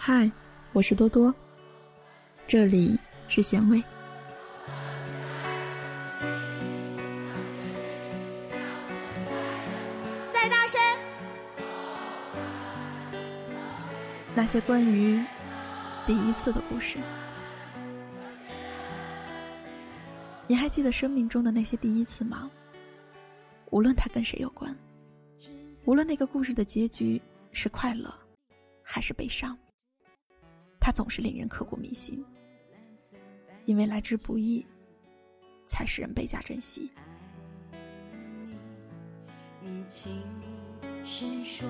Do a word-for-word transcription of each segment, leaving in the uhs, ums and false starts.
嗨，我是多多，这里是咸味。 再大声！ 那些关于第一次的故事，你还记得生命中的那些第一次吗？无论它跟谁有关，无论那个故事的结局是快乐还是悲伤，它总是令人刻骨铭心，因为来之不易，才使人倍加珍惜。 你轻声说，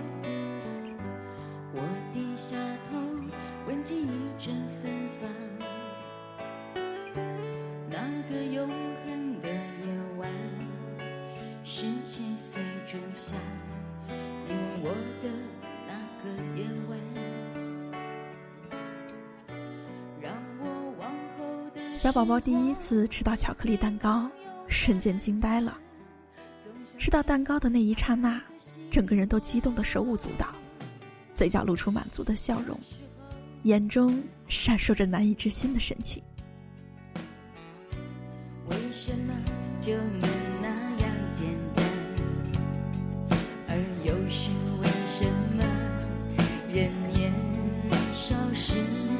我低下头，闻见一阵芬芳。那个永恒的夜晚，十七岁仲夏，你问我的那个夜晚。 小宝宝第一次吃到巧克力蛋糕，瞬间惊呆了。吃到蛋糕的那一刹那，整个人都激动得手舞足蹈，嘴角露出满足的笑容，眼中闪烁着难以置信的神情。 为什么就能那样简单？而又是为什么人年少时，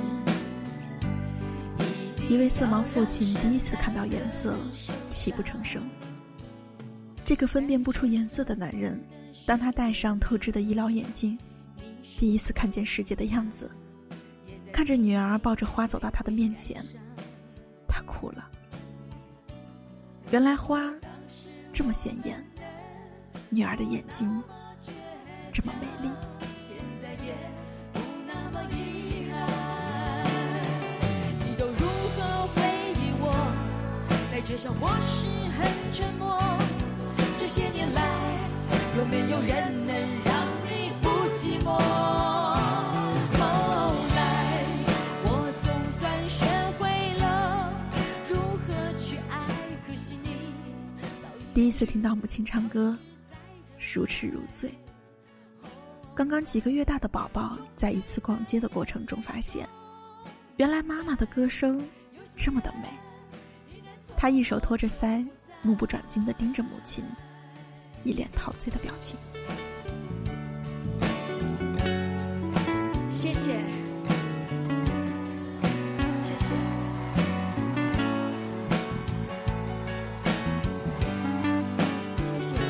一位色盲父亲第一次看到颜色，泣不成声。这个分辨不出颜色的男人，当他戴上透支的医疗眼镜，第一次看见世界的样子，看着女儿抱着花走到他的面前，他哭了。原来花这么鲜艳，女儿的眼睛这么美丽。 现在也不那么遗憾。你都如何回忆我？带着笑或是很沉默。这些年来，有没有人能让你不寂寞？后来，我总算学会了如何去爱，可惜你第一次听到母亲唱歌，如痴如醉。刚刚几个月大的宝宝，在一次逛街的过程中发现，原来妈妈的歌声这么的美。他一手托着腮，目不转睛地盯着母亲，一脸陶醉的表情。 谢谢，谢谢，谢谢，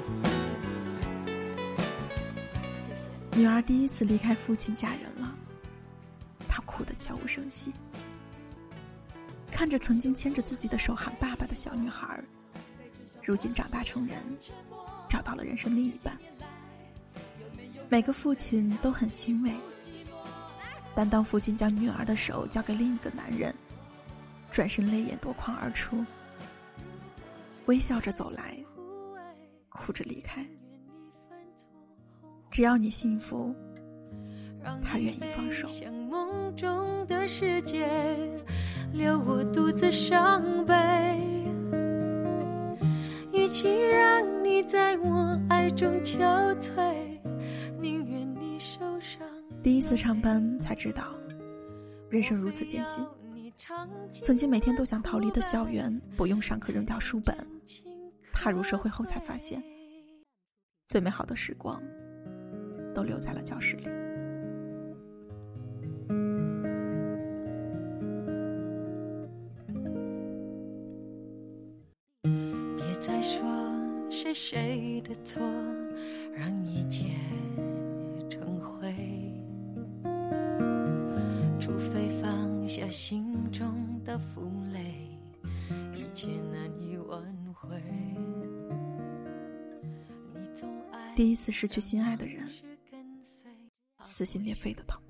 谢谢。 女儿第一次离开父亲嫁人了，她哭得悄无声息。看着曾经牵着自己的手喊爸爸的小女孩，如今长大成人，找到了人生另一半。每个父亲都很欣慰，但当父亲将女儿的手交给另一个男人，转身泪眼夺眶而出，微笑着走来，哭着离开。只要你幸福，他愿意放手。 像梦中的世界，留我独自伤悲。与其让你在我爱中憔悴，宁愿你受伤。 第一次上班才知道，人生如此艰辛。曾经每天都想逃离的校园，不用上课扔掉书本，踏入社会后才发现，最美好的时光都留在了教室里。 别再说是谁的错，让一切成灰，除非放下心中的负累，一切难以挽回。 第一次失去心爱的人，撕心裂肺的疼。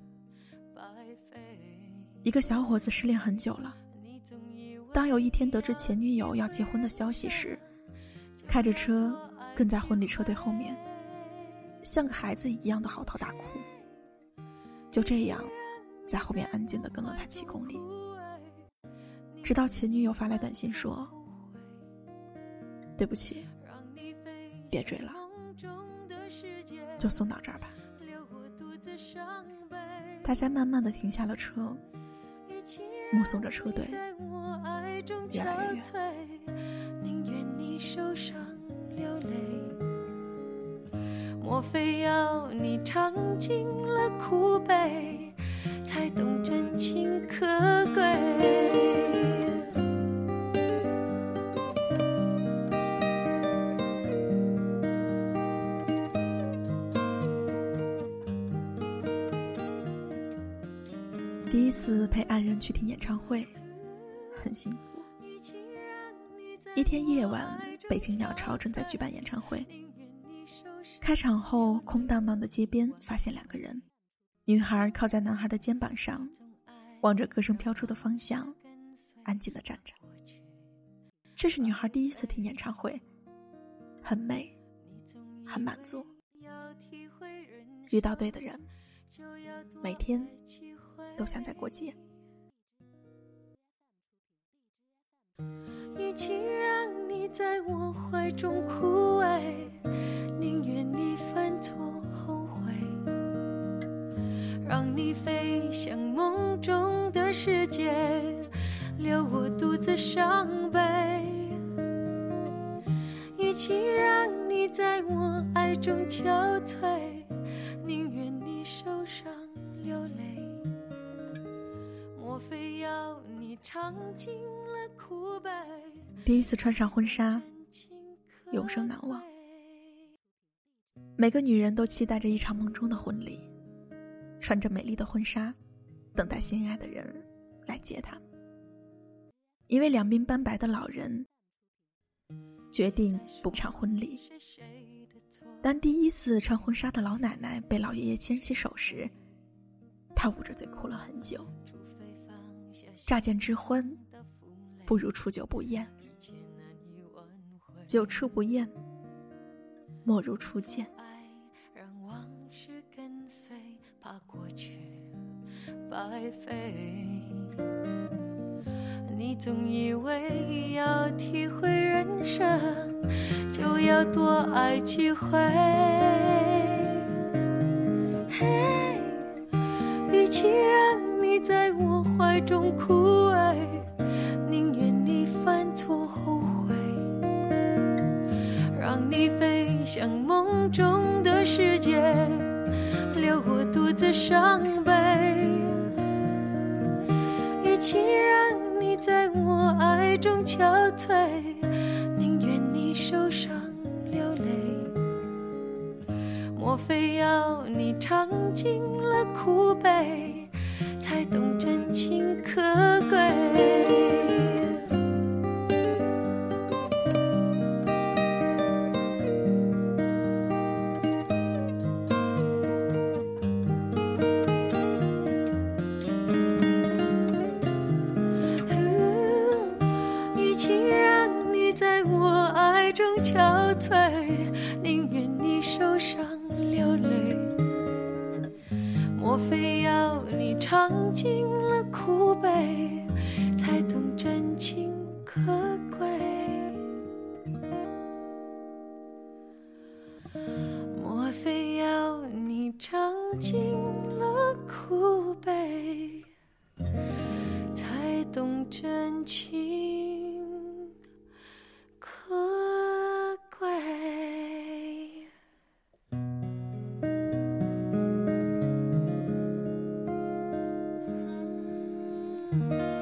一个小伙子失恋很久了，当有一天得知前女友要结婚的消息时，开着车跟在婚礼车队后面，像个孩子一样的嚎啕大哭。就这样在后面安静地跟了他七公里，直到前女友发来短信说，对不起，别追了，就送到这儿吧。 大家慢慢地停下了车，目送着车队越来越远。 宁愿你受伤流泪，莫非要你尝尽了苦悲，才懂真情可贵。 第一次陪爱人去听演唱会，很幸福。一天夜晚，北京鸟巢正在举办演唱会。开场后，空荡荡的街边发现两个人，女孩靠在男孩的肩膀上，望着歌声飘出的方向，安静地站着。这是女孩第一次听演唱会，很美，很满足。遇到对的人，每天都像在过节。 与其让你在我怀中枯萎，宁愿你犯错后悔，让你飞向梦中的世界，留我独自伤悲。与其让你在我爱中憔悴，宁愿你受伤流泪，莫非要你尝尽了苦悲。 第一次穿上婚纱，永生难忘。每个女人都期待着一场梦中的婚礼，穿着美丽的婚纱，等待心爱的人来接她。一位两鬓斑白的老人决定补场婚礼。当第一次穿婚纱的老奶奶被老爷爷牵起手时，她捂着嘴哭了很久。乍见之欢，不如初九不厌。久处不厌，莫如初见。 让往事跟随，怕过去白费。你总以为要体会人生，就要多爱几回。嘿，与其让你在我怀中枯萎，宁愿你犯错后悔，让你飞向梦中的世界，留我独自伤悲。与其让你在我爱中憔悴，宁愿你受伤流泪，莫非要你尝尽了苦悲，才懂真情可贵。憔悴，宁愿你受伤流泪，莫非要你尝尽了苦悲，才懂真情可贵。莫非要你尝尽了苦悲，才懂真情可贵。嗯